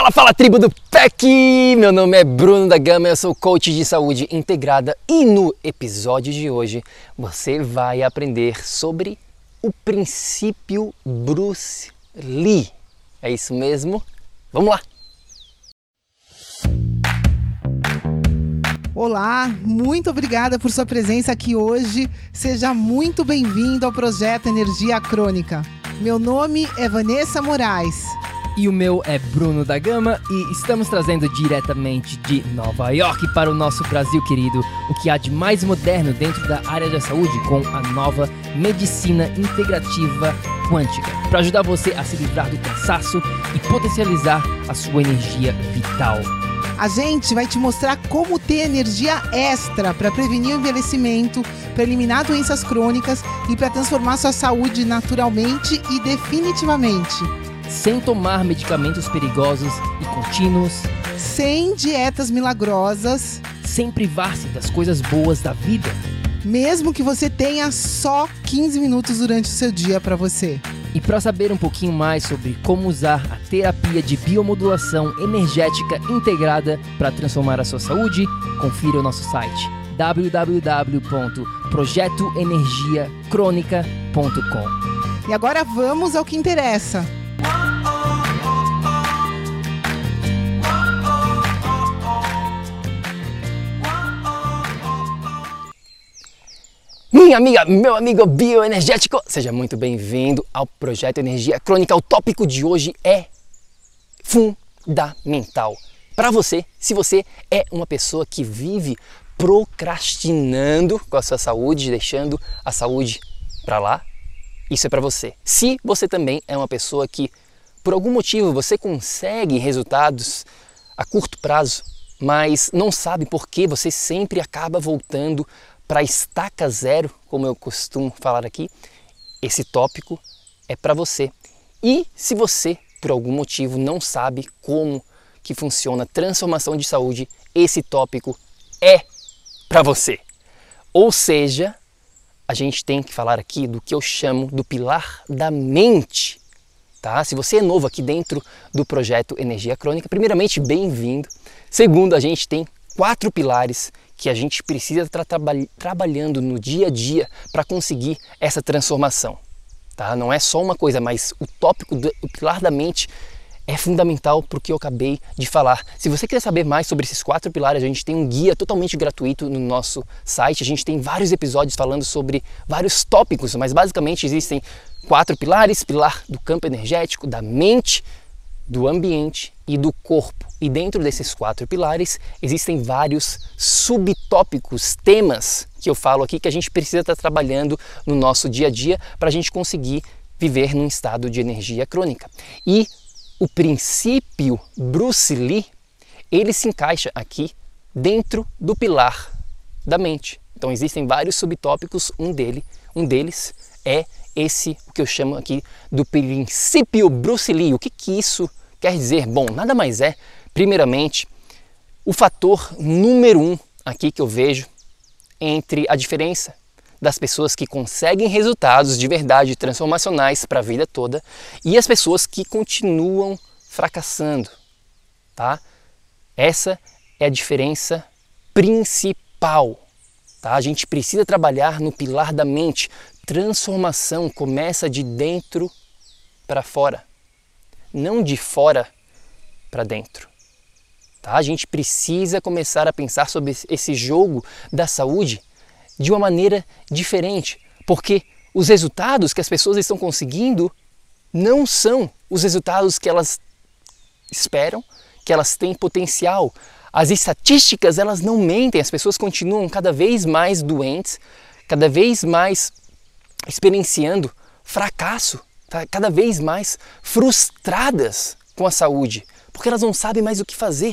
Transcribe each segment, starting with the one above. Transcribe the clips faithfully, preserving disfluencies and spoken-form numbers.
Fala, fala tribo do P E C! Meu nome é Bruno da Gama, eu sou coach de saúde integrada e no episódio de hoje você vai aprender sobre o princípio Bruce Lee. É isso mesmo? Vamos lá! Olá, muito obrigada por sua presença aqui hoje. Seja muito bem-vindo ao projeto Energia Crônica. Meu nome é Vanessa Moraes. E o meu é Bruno da Gama e estamos trazendo diretamente de Nova York para o nosso Brasil querido o que há de mais moderno dentro da área da saúde com a nova medicina integrativa quântica, para ajudar você a se livrar do cansaço e potencializar a sua energia vital. A gente vai te mostrar como ter energia extra para prevenir o envelhecimento, para eliminar doenças crônicas e para transformar sua saúde naturalmente e definitivamente. Sem tomar medicamentos perigosos e contínuos, sem dietas milagrosas, sem privar-se das coisas boas da vida, mesmo que você tenha só quinze minutos durante o seu dia para você. E para saber um pouquinho mais sobre como usar a terapia de biomodulação energética integrada para transformar a sua saúde, confira o nosso site w w w ponto projeto energia crônica ponto com. E agora vamos ao que interessa. Minha amiga, meu amigo bioenergético, seja muito bem-vindo ao Projeto Energia Crônica. O tópico de hoje é fundamental para você, se você é uma pessoa que vive procrastinando com a sua saúde, deixando a saúde para lá, isso é para você. Se você também é uma pessoa que, por algum motivo, você consegue resultados a curto prazo, mas não sabe por que você sempre acaba voltando para a estaca zero, como eu costumo falar aqui, esse tópico é para você. E se você, por algum motivo, não sabe como que funciona a transformação de saúde, esse tópico é para você. Ou seja, a gente tem que falar aqui do que eu chamo do pilar da mente. Tá? Se você é novo aqui dentro do projeto Energia Crônica, primeiramente, bem-vindo. Segundo, a gente tem quatro pilares que a gente precisa estar traba trabalhando no dia a dia para conseguir essa transformação. Tá? Não é só uma coisa, mas o tópico do o pilar da mente é fundamental para o que eu acabei de falar. Se você quer saber mais sobre esses quatro pilares, a gente tem um guia totalmente gratuito no nosso site. A gente tem vários episódios falando sobre vários tópicos, mas basicamente existem quatro pilares: pilar do campo energético, da mente, do ambiente e do corpo. E dentro desses quatro pilares existem vários subtópicos, temas que eu falo aqui que a gente precisa estar trabalhando no nosso dia a dia para a gente conseguir viver num estado de energia crônica. E o princípio Bruce Lee, ele se encaixa aqui dentro do pilar da mente. Então existem vários subtópicos, um, dele, um deles é esse, o que eu chamo aqui do princípio Bruce Lee. O que que isso quer dizer? Bom, nada mais é, primeiramente, o fator número um aqui que eu vejo entre a diferença das pessoas que conseguem resultados de verdade transformacionais para a vida toda e as pessoas que continuam fracassando, tá? Essa é a diferença principal, tá? A gente precisa trabalhar no pilar da mente. Transformação começa de dentro para fora, não de fora para dentro. Tá? A gente precisa começar a pensar sobre esse jogo da saúde de uma maneira diferente, porque os resultados que as pessoas estão conseguindo não são os resultados que elas esperam, que elas têm potencial. As estatísticas, elas não mentem, as pessoas continuam cada vez mais doentes, cada vez mais experienciando fracasso, tá? Cada vez mais frustradas com a saúde, porque elas não sabem mais o que fazer.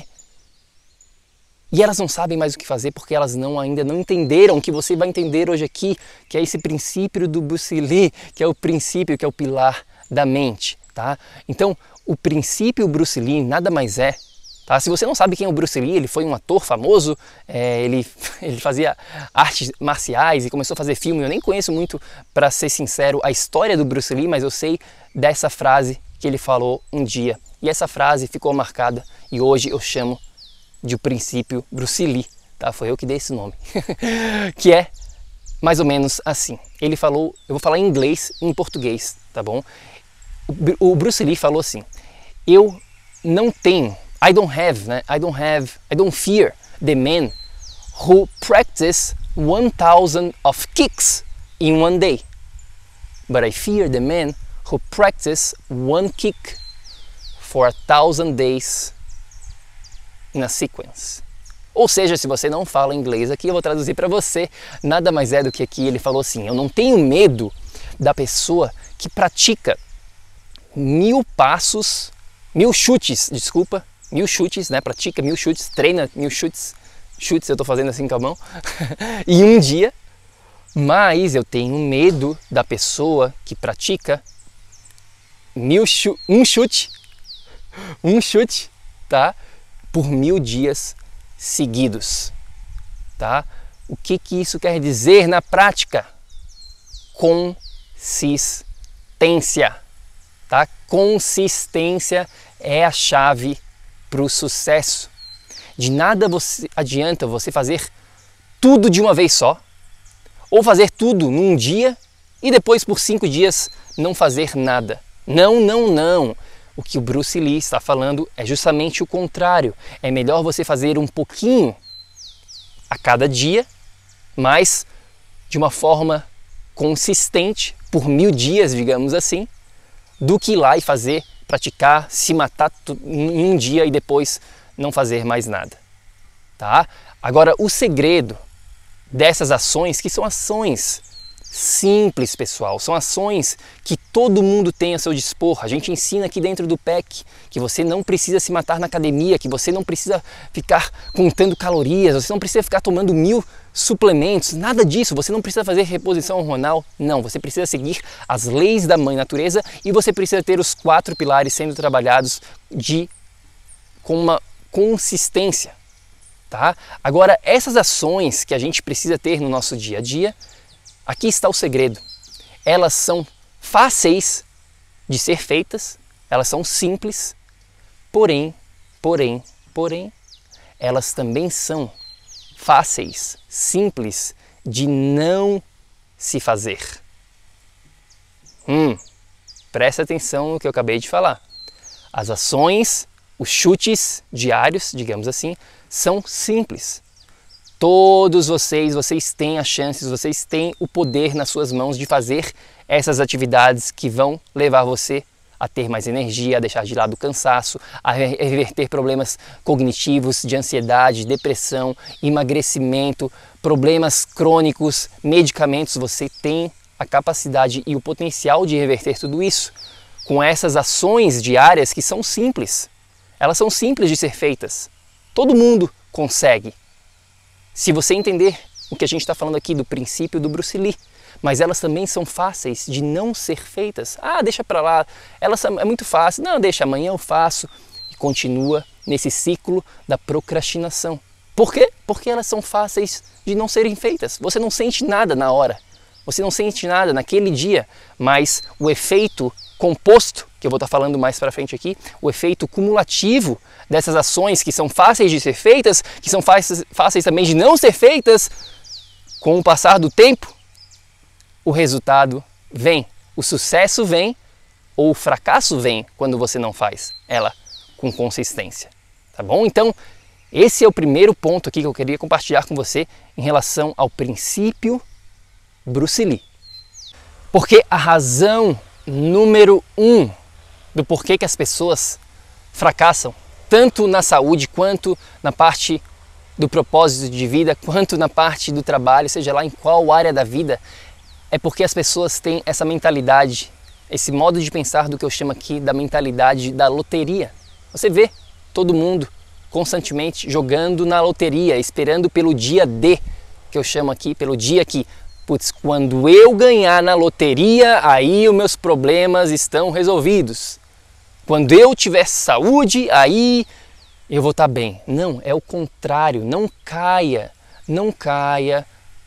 E elas não sabem mais o que fazer porque elas não, ainda não entenderam o que você vai entender hoje aqui, que é esse princípio do Bruce Lee, que é o princípio, que é o pilar da mente. Tá? Então, o princípio Bruce Lee nada mais é, tá? Se você não sabe quem é o Bruce Lee, ele foi um ator famoso, é, ele, ele fazia artes marciais e começou a fazer filme. Eu nem conheço muito, para ser sincero, a história do Bruce Lee, mas eu sei dessa frase que ele falou um dia. E essa frase ficou marcada e hoje eu chamo de o princípio Bruce Lee, tá? Foi eu que dei esse nome. Que é mais ou menos assim. Ele falou, eu vou falar em inglês e em português, tá bom? O Bruce Lee falou assim: eu não tenho, I don't have, né? I don't have, I don't fear the men who practice one thousand of kicks in one day, but I fear the men who practice one kick for a thousand days in a sequence. Ou seja, se você não fala inglês aqui, eu vou traduzir para você. Nada mais é do que aqui ele falou assim: eu não tenho medo da pessoa que pratica mil passos, mil chutes, desculpa, mil chutes, né? Pratica mil chutes, treina mil chutes, chutes eu tô fazendo assim com a mão, em um dia, mas eu tenho medo da pessoa que pratica mil chu um chute, um chute, tá? Por mil dias seguidos, tá? O que que isso quer dizer na prática? Consistência, tá? Consistência é a chave para o sucesso. De nada você, adianta você fazer tudo de uma vez só, ou fazer tudo num dia e depois por cinco dias não fazer nada. Não, não, não. O que o Bruce Lee está falando é justamente o contrário. É melhor você fazer um pouquinho a cada dia, mas de uma forma consistente, por mil dias, digamos assim, do que ir lá e fazer, praticar, se matar em um dia e depois não fazer mais nada. Tá? Agora, o segredo dessas ações, que são ações simples, pessoal, são ações que todo mundo tem a seu dispor. A gente ensina aqui dentro do P E C que você não precisa se matar na academia, que você não precisa ficar contando calorias, você não precisa ficar tomando mil suplementos, nada disso. Você não precisa fazer reposição hormonal, não. Você precisa seguir as leis da mãe natureza e você precisa ter os quatro pilares sendo trabalhados de com uma consistência, tá? Agora, essas ações que a gente precisa ter no nosso dia a dia, aqui está o segredo. Elas são fáceis de ser feitas, elas são simples, porém, porém, porém, elas também são fáceis, simples de não se fazer. Hum, presta atenção no que eu acabei de falar. As ações, os chutes diários, digamos assim, são simples. Todos vocês, vocês têm as chances, vocês têm o poder nas suas mãos de fazer essas atividades que vão levar você a ter mais energia, a deixar de lado o cansaço, a reverter problemas cognitivos, de ansiedade, depressão, emagrecimento, problemas crônicos, medicamentos. Você tem a capacidade e o potencial de reverter tudo isso com essas ações diárias que são simples. Elas são simples de ser feitas. Todo mundo consegue. Se você entender o que a gente está falando aqui do princípio do Bruce Lee, mas elas também são fáceis de não ser feitas. Ah, deixa para lá, elas é muito fácil. Não, deixa, amanhã eu faço. E continua nesse ciclo da procrastinação. Por quê? Porque elas são fáceis de não serem feitas. Você não sente nada na hora, você não sente nada naquele dia, mas o efeito composto, que eu vou estar falando mais para frente aqui, o efeito cumulativo dessas ações que são fáceis de ser feitas, que são fáceis, fáceis também de não ser feitas, com o passar do tempo, o resultado vem, o sucesso vem ou o fracasso vem quando você não faz ela com consistência, tá bom? Então, esse é o primeiro ponto aqui que eu queria compartilhar com você em relação ao princípio Bruce Lee. Porque a razão número um do porquê que as pessoas fracassam, tanto na saúde quanto na parte do propósito de vida, quanto na parte do trabalho, seja lá em qual área da vida, é porque as pessoas têm essa mentalidade, esse modo de pensar do que eu chamo aqui da mentalidade da loteria. Você vê todo mundo constantemente jogando na loteria, esperando pelo dia D, que eu chamo aqui, pelo dia que, putz, quando eu ganhar na loteria, aí os meus problemas estão resolvidos. Quando eu tiver saúde, aí eu vou estar bem. Não, é o contrário. Não caia, não caia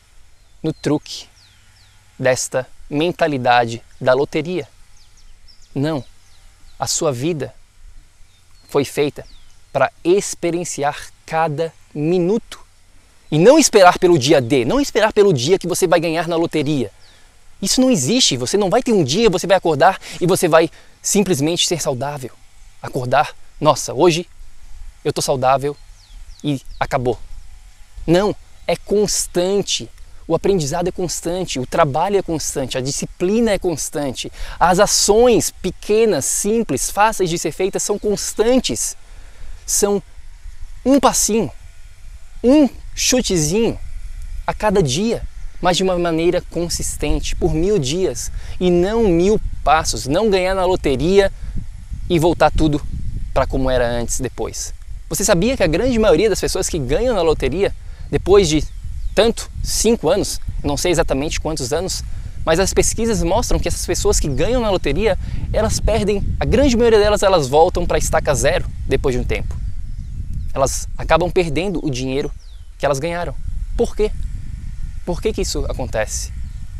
no truque desta mentalidade da loteria. Não. A sua vida foi feita para experienciar cada minuto e não esperar pelo dia D, não esperar pelo dia que você vai ganhar na loteria. Isso não existe. Você não vai ter um dia, você vai acordar e você vai simplesmente ser saudável. Acordar, nossa, hoje eu estou saudável e acabou. Não, é constante. O aprendizado é constante, o trabalho é constante, a disciplina é constante. As ações pequenas, simples, fáceis de ser feitas são constantes. São um passinho, um chutezinho a cada dia, mas de uma maneira consistente, por mil dias, e não mil passos, não ganhar na loteria e voltar tudo para como era antes depois. Você sabia que a grande maioria das pessoas que ganham na loteria, depois de tanto, cinco anos, não sei exatamente quantos anos, mas as pesquisas mostram que essas pessoas que ganham na loteria, elas perdem, a grande maioria delas, elas voltam para a estaca zero depois de um tempo. Elas acabam perdendo o dinheiro que elas ganharam. Por quê? Por que que isso acontece?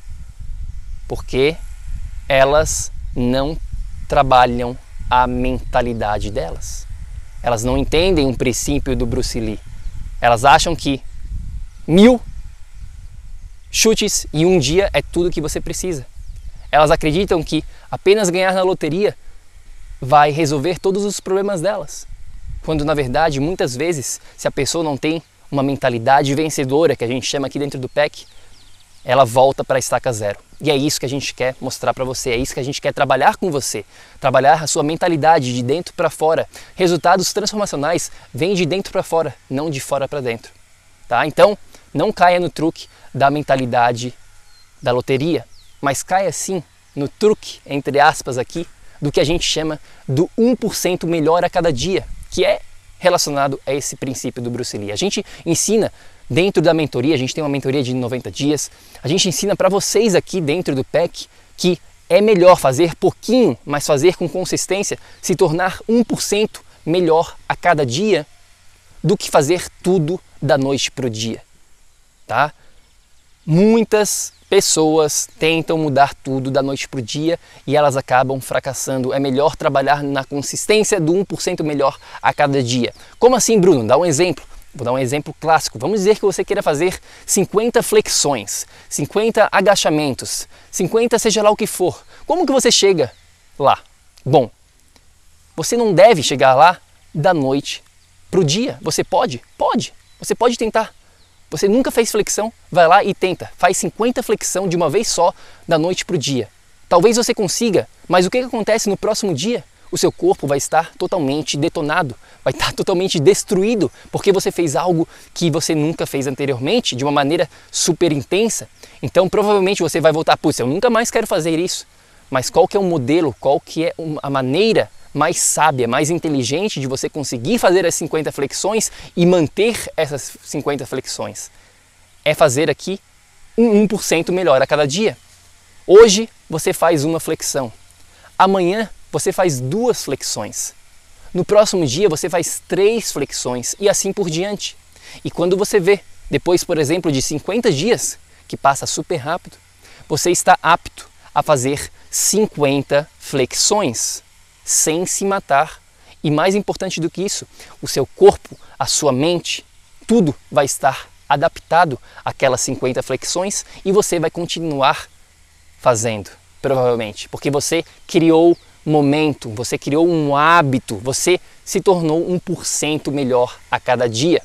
Porque elas não trabalham a mentalidade delas. Elas não entendem um princípio do Bruce Lee. Elas acham que mil chutes em um dia é tudo que você precisa. Elas acreditam que apenas ganhar na loteria vai resolver todos os problemas delas. Quando na verdade, muitas vezes, se a pessoa não tem uma mentalidade vencedora, que a gente chama aqui dentro do P E C, ela volta para a estaca zero. E é isso que a gente quer mostrar para você, é isso que a gente quer trabalhar com você. Trabalhar a sua mentalidade de dentro para fora. Resultados transformacionais vêm de dentro para fora, não de fora para dentro. Tá? Então, não caia no truque da mentalidade da loteria, mas caia sim no truque, entre aspas aqui, do que a gente chama do um por cento melhor a cada dia, que é relacionado a esse princípio do Bruce Lee. A gente ensina dentro da mentoria, a gente tem uma mentoria de noventa dias, a gente ensina para vocês aqui dentro do P E C que é melhor fazer pouquinho, mas fazer com consistência, se tornar um por cento melhor a cada dia, do que fazer tudo da noite para o dia. Tá? Muitas pessoas tentam mudar tudo da noite para o dia e elas acabam fracassando. É melhor trabalhar na consistência do um por cento melhor a cada dia. Como assim, Bruno? Dá um exemplo. Vou dar um exemplo clássico. Vamos dizer que você queira fazer cinquenta flexões, cinquenta agachamentos, cinquenta seja lá o que for. Como que você chega lá? Bom, você não deve chegar lá da noite para o dia. Você pode? Pode. Você pode tentar. Você nunca fez flexão? Vai lá e tenta. Faz cinquenta flexão de uma vez só, da noite para o dia. Talvez você consiga, mas o que acontece no próximo dia? O seu corpo vai estar totalmente detonado, vai estar totalmente destruído, porque você fez algo que você nunca fez anteriormente, de uma maneira super intensa. Então provavelmente você vai voltar, putz, eu nunca mais quero fazer isso. Mas qual que é o modelo, qual que é a maneira mais sábia, mais inteligente de você conseguir fazer as cinquenta flexões e manter essas cinquenta flexões? É fazer aqui um um por cento melhor a cada dia. Hoje você faz uma flexão. Amanhã você faz duas flexões. No próximo dia você faz três flexões e assim por diante. E quando você vê, depois, por exemplo, de cinquenta dias, que passa super rápido, você está apto a fazer cinquenta flexões sem se matar. E mais importante do que isso, o seu corpo, a sua mente, tudo vai estar adaptado àquelas cinquenta flexões e você vai continuar fazendo, provavelmente, porque você criou momento, você criou um hábito, você se tornou um por cento melhor a cada dia.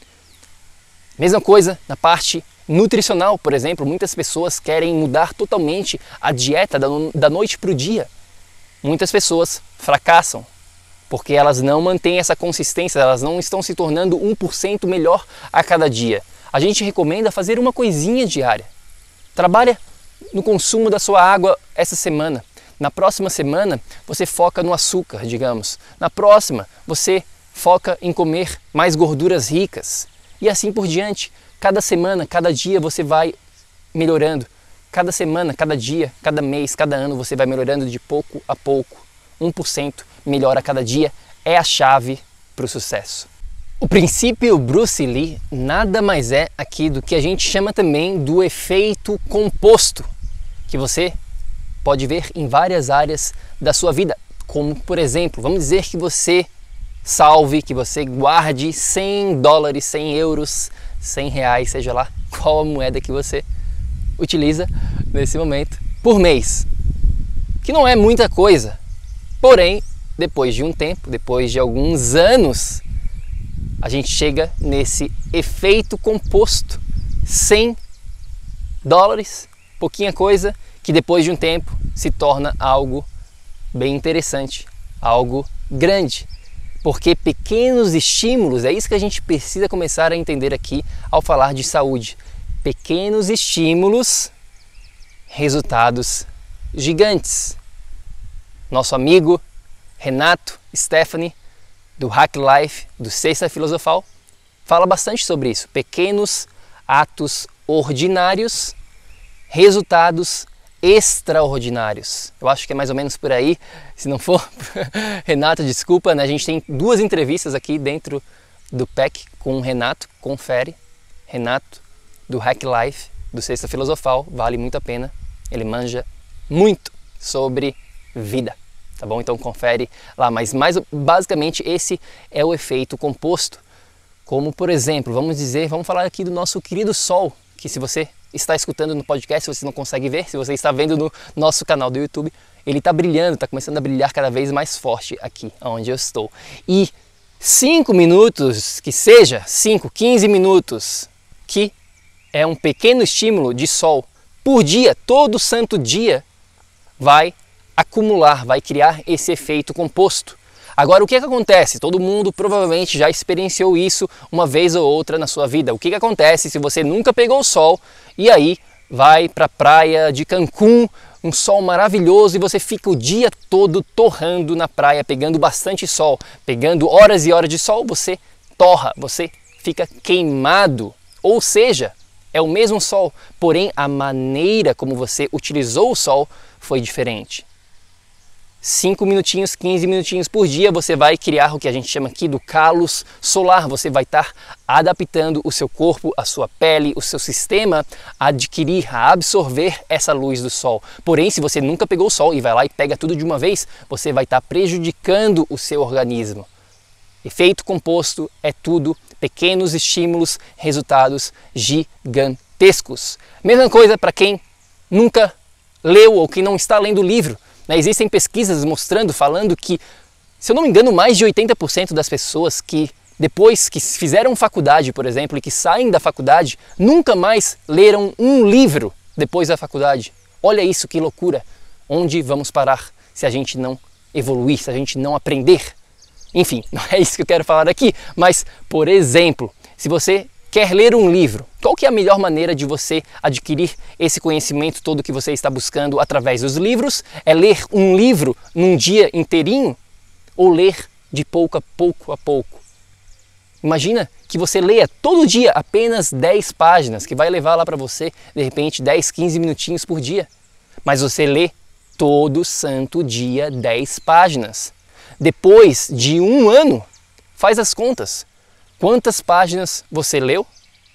Mesma coisa na parte nutricional, por exemplo, muitas pessoas querem mudar totalmente a dieta da, da noite para o dia. Muitas pessoas fracassam porque elas não mantêm essa consistência, elas não estão se tornando um por cento melhor a cada dia. A gente recomenda fazer uma coisinha diária. Trabalha no consumo da sua água essa semana. Na próxima semana, você foca no açúcar, digamos. Na próxima, você foca em comer mais gorduras ricas. E assim por diante. Cada semana, cada dia, você vai melhorando. Cada semana, cada dia, cada mês, cada ano, você vai melhorando de pouco a pouco. um por cento melhor a cada dia é a chave para o sucesso. O princípio Bruce Lee nada mais é aqui do que a gente chama também do efeito composto, que você pode ver em várias áreas da sua vida. Como, por exemplo, vamos dizer que você salve, que você guarde cem dólares, cem euros, cem reais, seja lá qual a moeda que você utiliza nesse momento, por mês. Que não é muita coisa, porém, depois de um tempo, depois de alguns anos, a gente chega nesse efeito composto. cem dólares, pouquinha coisa, que depois de um tempo se torna algo bem interessante, algo grande. Porque pequenos estímulos, é isso que a gente precisa começar a entender aqui ao falar de saúde. Pequenos estímulos, resultados gigantes. Nosso amigo Renato Stephanie, do Hack Life, do Sexta Filosofal, fala bastante sobre isso. Pequenos atos ordinários, resultados extraordinários. Eu acho que é mais ou menos por aí. Se não for, Renato, desculpa, né? A gente tem duas entrevistas aqui dentro do P E C com o Renato, confere. Renato, do Hack Life, do Sexta Filosofal, vale muito a pena. Ele manja muito sobre vida, tá bom? Então confere lá. Mas mais, basicamente esse é o efeito composto. Como, por exemplo, vamos dizer, vamos falar aqui do nosso querido Sol, que se você está escutando no podcast, se você não consegue ver, se você está vendo no nosso canal do YouTube, ele está brilhando, está começando a brilhar cada vez mais forte aqui, onde eu estou. E cinco minutos, que seja, cinco, quinze minutos, que é um pequeno estímulo de sol por dia, todo santo dia, vai acumular, vai criar esse efeito composto. Agora, o que, que acontece? Todo mundo provavelmente já experienciou isso uma vez ou outra na sua vida. O que, que acontece se você nunca pegou o sol e aí vai para a praia de Cancún, um sol maravilhoso, e você fica o dia todo torrando na praia, pegando bastante sol, pegando horas e horas de sol, você torra, você fica queimado. Ou seja, é o mesmo sol, porém a maneira como você utilizou o sol foi diferente. cinco minutinhos, quinze minutinhos por dia, você vai criar o que a gente chama aqui do cálus solar. Você vai estar adaptando o seu corpo, a sua pele, o seu sistema a adquirir, a absorver essa luz do sol. Porém, se você nunca pegou o sol e vai lá e pega tudo de uma vez, você vai estar prejudicando o seu organismo. Efeito composto é tudo pequenos estímulos, resultados gigantescos. Mesma coisa para quem nunca leu ou quem não está lendo o livro. Existem pesquisas mostrando, falando que, se eu não me engano, mais de oitenta por cento das pessoas que depois que fizeram faculdade, por exemplo, e que saem da faculdade, nunca mais leram um livro depois da faculdade. Olha isso, que loucura! Onde vamos parar se a gente não evoluir, se a gente não aprender? Enfim, não é isso que eu quero falar aqui, mas, por exemplo, se você quer ler um livro, qual que é a melhor maneira de você adquirir esse conhecimento todo que você está buscando através dos livros? É ler um livro num dia inteirinho ou ler de pouco a pouco a pouco? Imagina que você leia todo dia apenas dez páginas, que vai levar lá para você, de repente, dez, quinze minutinhos por dia. Mas você lê todo santo dia dez páginas. Depois de um ano, faz as contas. Quantas páginas você leu?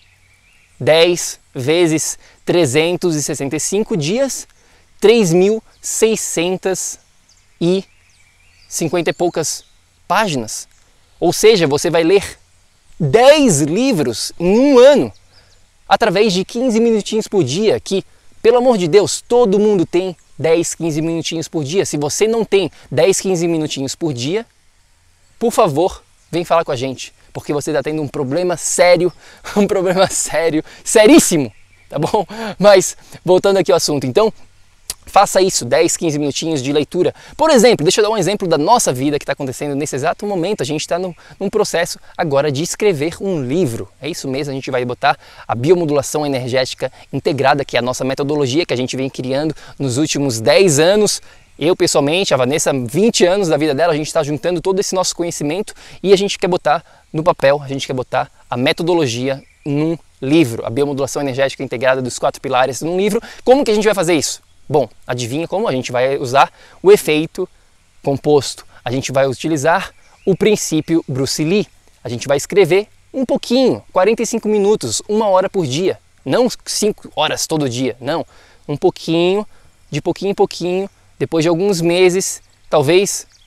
dez vezes trezentos e sessenta e cinco dias, três mil seiscentas e cinquenta e poucas páginas. Ou seja, você vai ler dez livros em um ano, através de quinze minutinhos por dia, que, pelo amor de Deus, todo mundo tem dez, quinze minutinhos por dia. Se você não tem dez, quinze minutinhos por dia, por favor, vem falar com a gente, porque você está tendo um problema sério, um problema sério, seríssimo, tá bom? Mas, voltando aqui ao assunto, então, faça isso, dez, quinze minutinhos de leitura. Por exemplo, deixa eu dar um exemplo da nossa vida que está acontecendo nesse exato momento. A gente está num, num processo agora de escrever um livro. É isso mesmo, a gente vai botar a biomodulação energética integrada, que é a nossa metodologia que a gente vem criando nos últimos dez anos. Eu, pessoalmente, a Vanessa, vinte anos da vida dela, a gente está juntando todo esse nosso conhecimento e a gente quer botar no papel, a gente quer botar a metodologia num livro, a biomodulação energética integrada dos quatro pilares num livro. Como que a gente vai fazer isso? Bom, adivinha como? A gente vai usar o efeito composto. A gente vai utilizar o princípio Bruce Lee. A gente vai escrever um pouquinho, quarenta e cinco minutos, uma hora por dia. Não cinco horas todo dia, não. Um pouquinho, de pouquinho em pouquinho. Depois de alguns meses, talvez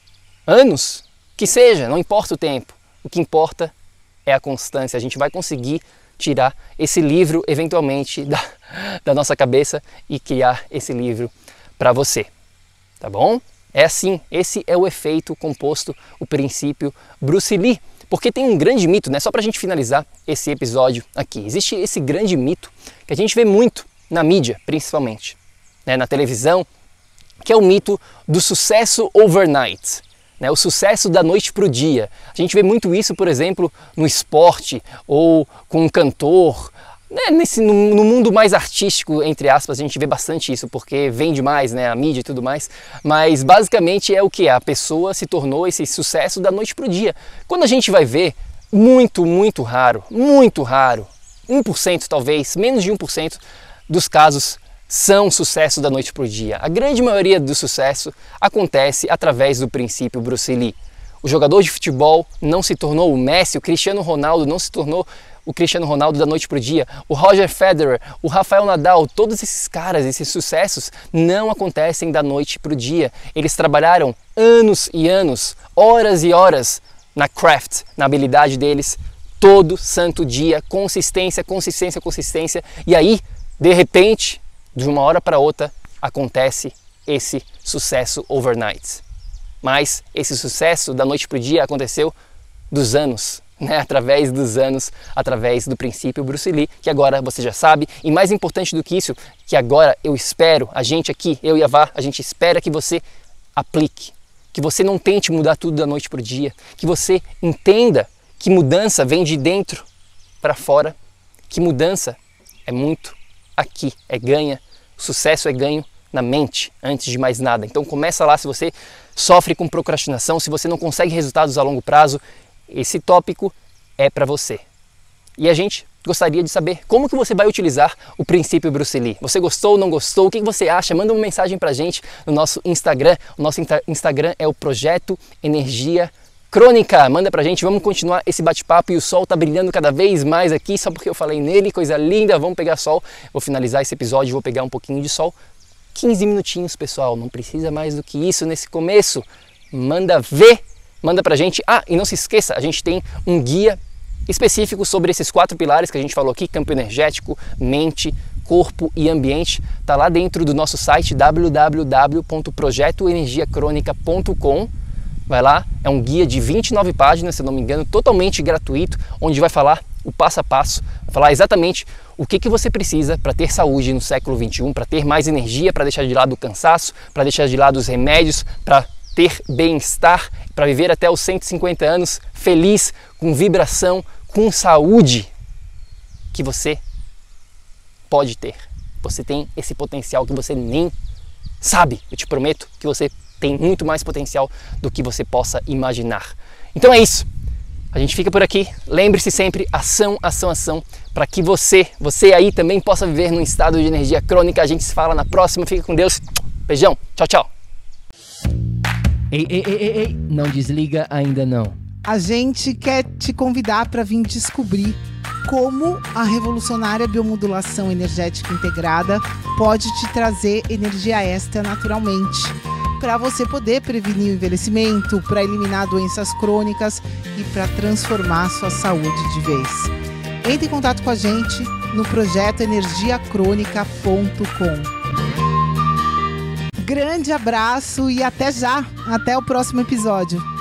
anos, que seja, não importa o tempo. O que importa é a constância. A gente vai conseguir tirar esse livro, eventualmente, da, da nossa cabeça e criar esse livro para você. Tá bom? É assim, esse é o efeito composto, o princípio Bruce Lee. Porque tem um grande mito, né? Só para a gente finalizar esse episódio aqui. Existe esse grande mito que a gente vê muito na mídia, principalmente, né? Na televisão, que é o mito do sucesso overnight. Né, o sucesso da noite para o dia. A gente vê muito isso, por exemplo, no esporte ou com um cantor. Né, nesse, no, no mundo mais artístico, entre aspas, a gente vê bastante isso, porque vende mais, né, a mídia e tudo mais. Mas basicamente é o que? A pessoa se tornou esse sucesso da noite para o dia. Quando a gente vai ver, muito, muito raro, muito raro, um por cento talvez, menos de um por cento dos casos são sucesso da noite para o dia. A grande maioria do sucesso acontece através do princípio Bruce Lee. O jogador de futebol não se tornou o Messi, o Cristiano Ronaldo não se tornou o Cristiano Ronaldo da noite para o dia. O Roger Federer, o Rafael Nadal, todos esses caras, esses sucessos não acontecem da noite para o dia. Eles trabalharam anos e anos, horas e horas na craft, na habilidade deles, todo santo dia, consistência, consistência, consistência. E aí, de repente, de uma hora para outra, acontece esse sucesso overnight. Mas esse sucesso da noite para o dia aconteceu dos anos, né? Através dos anos, através do princípio Bruce Lee, que agora você já sabe. E mais importante do que isso, que agora eu espero, a gente aqui, eu e a Vá, a gente espera que você aplique. Que você não tente mudar tudo da noite para o dia. Que você entenda que mudança vem de dentro para fora. Que mudança é muito aqui, é ganha, o sucesso é ganho na mente, antes de mais nada. Então começa lá, se você sofre com procrastinação, se você não consegue resultados a longo prazo, esse tópico é para você. E a gente gostaria de saber como que você vai utilizar o princípio Bruce Lee. Você gostou, não gostou? O que você acha? Manda uma mensagem pra gente no nosso Instagram. O nosso Instagram é o Projeto Energia Crônica, manda pra gente, vamos continuar esse bate-papo e o sol tá brilhando cada vez mais aqui, só porque eu falei nele, coisa linda, vamos pegar sol. Vou finalizar esse episódio, vou pegar um pouquinho de sol. quinze minutinhos, pessoal, não precisa mais do que isso nesse começo. Manda ver, manda pra gente. Ah, e não se esqueça, a gente tem um guia específico sobre esses quatro pilares que a gente falou aqui, campo energético, mente, corpo e ambiente. Tá lá dentro do nosso site w w w ponto projeto energia crônica ponto com. Vai lá, é um guia de vinte e nove páginas, se não me engano, totalmente gratuito, onde vai falar o passo a passo, vai falar exatamente o que, que você precisa para ter saúde no século vinte e um, para ter mais energia, para deixar de lado o cansaço, para deixar de lado os remédios, para ter bem-estar, para viver até os cento e cinquenta anos feliz, com vibração, com saúde que você pode ter. Você tem esse potencial que você nem sabe, eu te prometo que você tem muito mais potencial do que você possa imaginar. Então é isso. A gente fica por aqui. Lembre-se sempre, ação, ação, ação, para que você, você aí também possa viver num estado de energia crônica. A gente se fala na próxima. Fica com Deus. Beijão. Tchau, tchau. Ei, ei, ei, ei, ei. Não desliga ainda não. A gente quer te convidar para vir descobrir como a revolucionária biomodulação energética integrada pode te trazer energia extra naturalmente, para você poder prevenir o envelhecimento, para eliminar doenças crônicas e para transformar sua saúde de vez. Entre em contato com a gente no projeto energia crônica ponto com. Grande abraço e até já! Até o próximo episódio!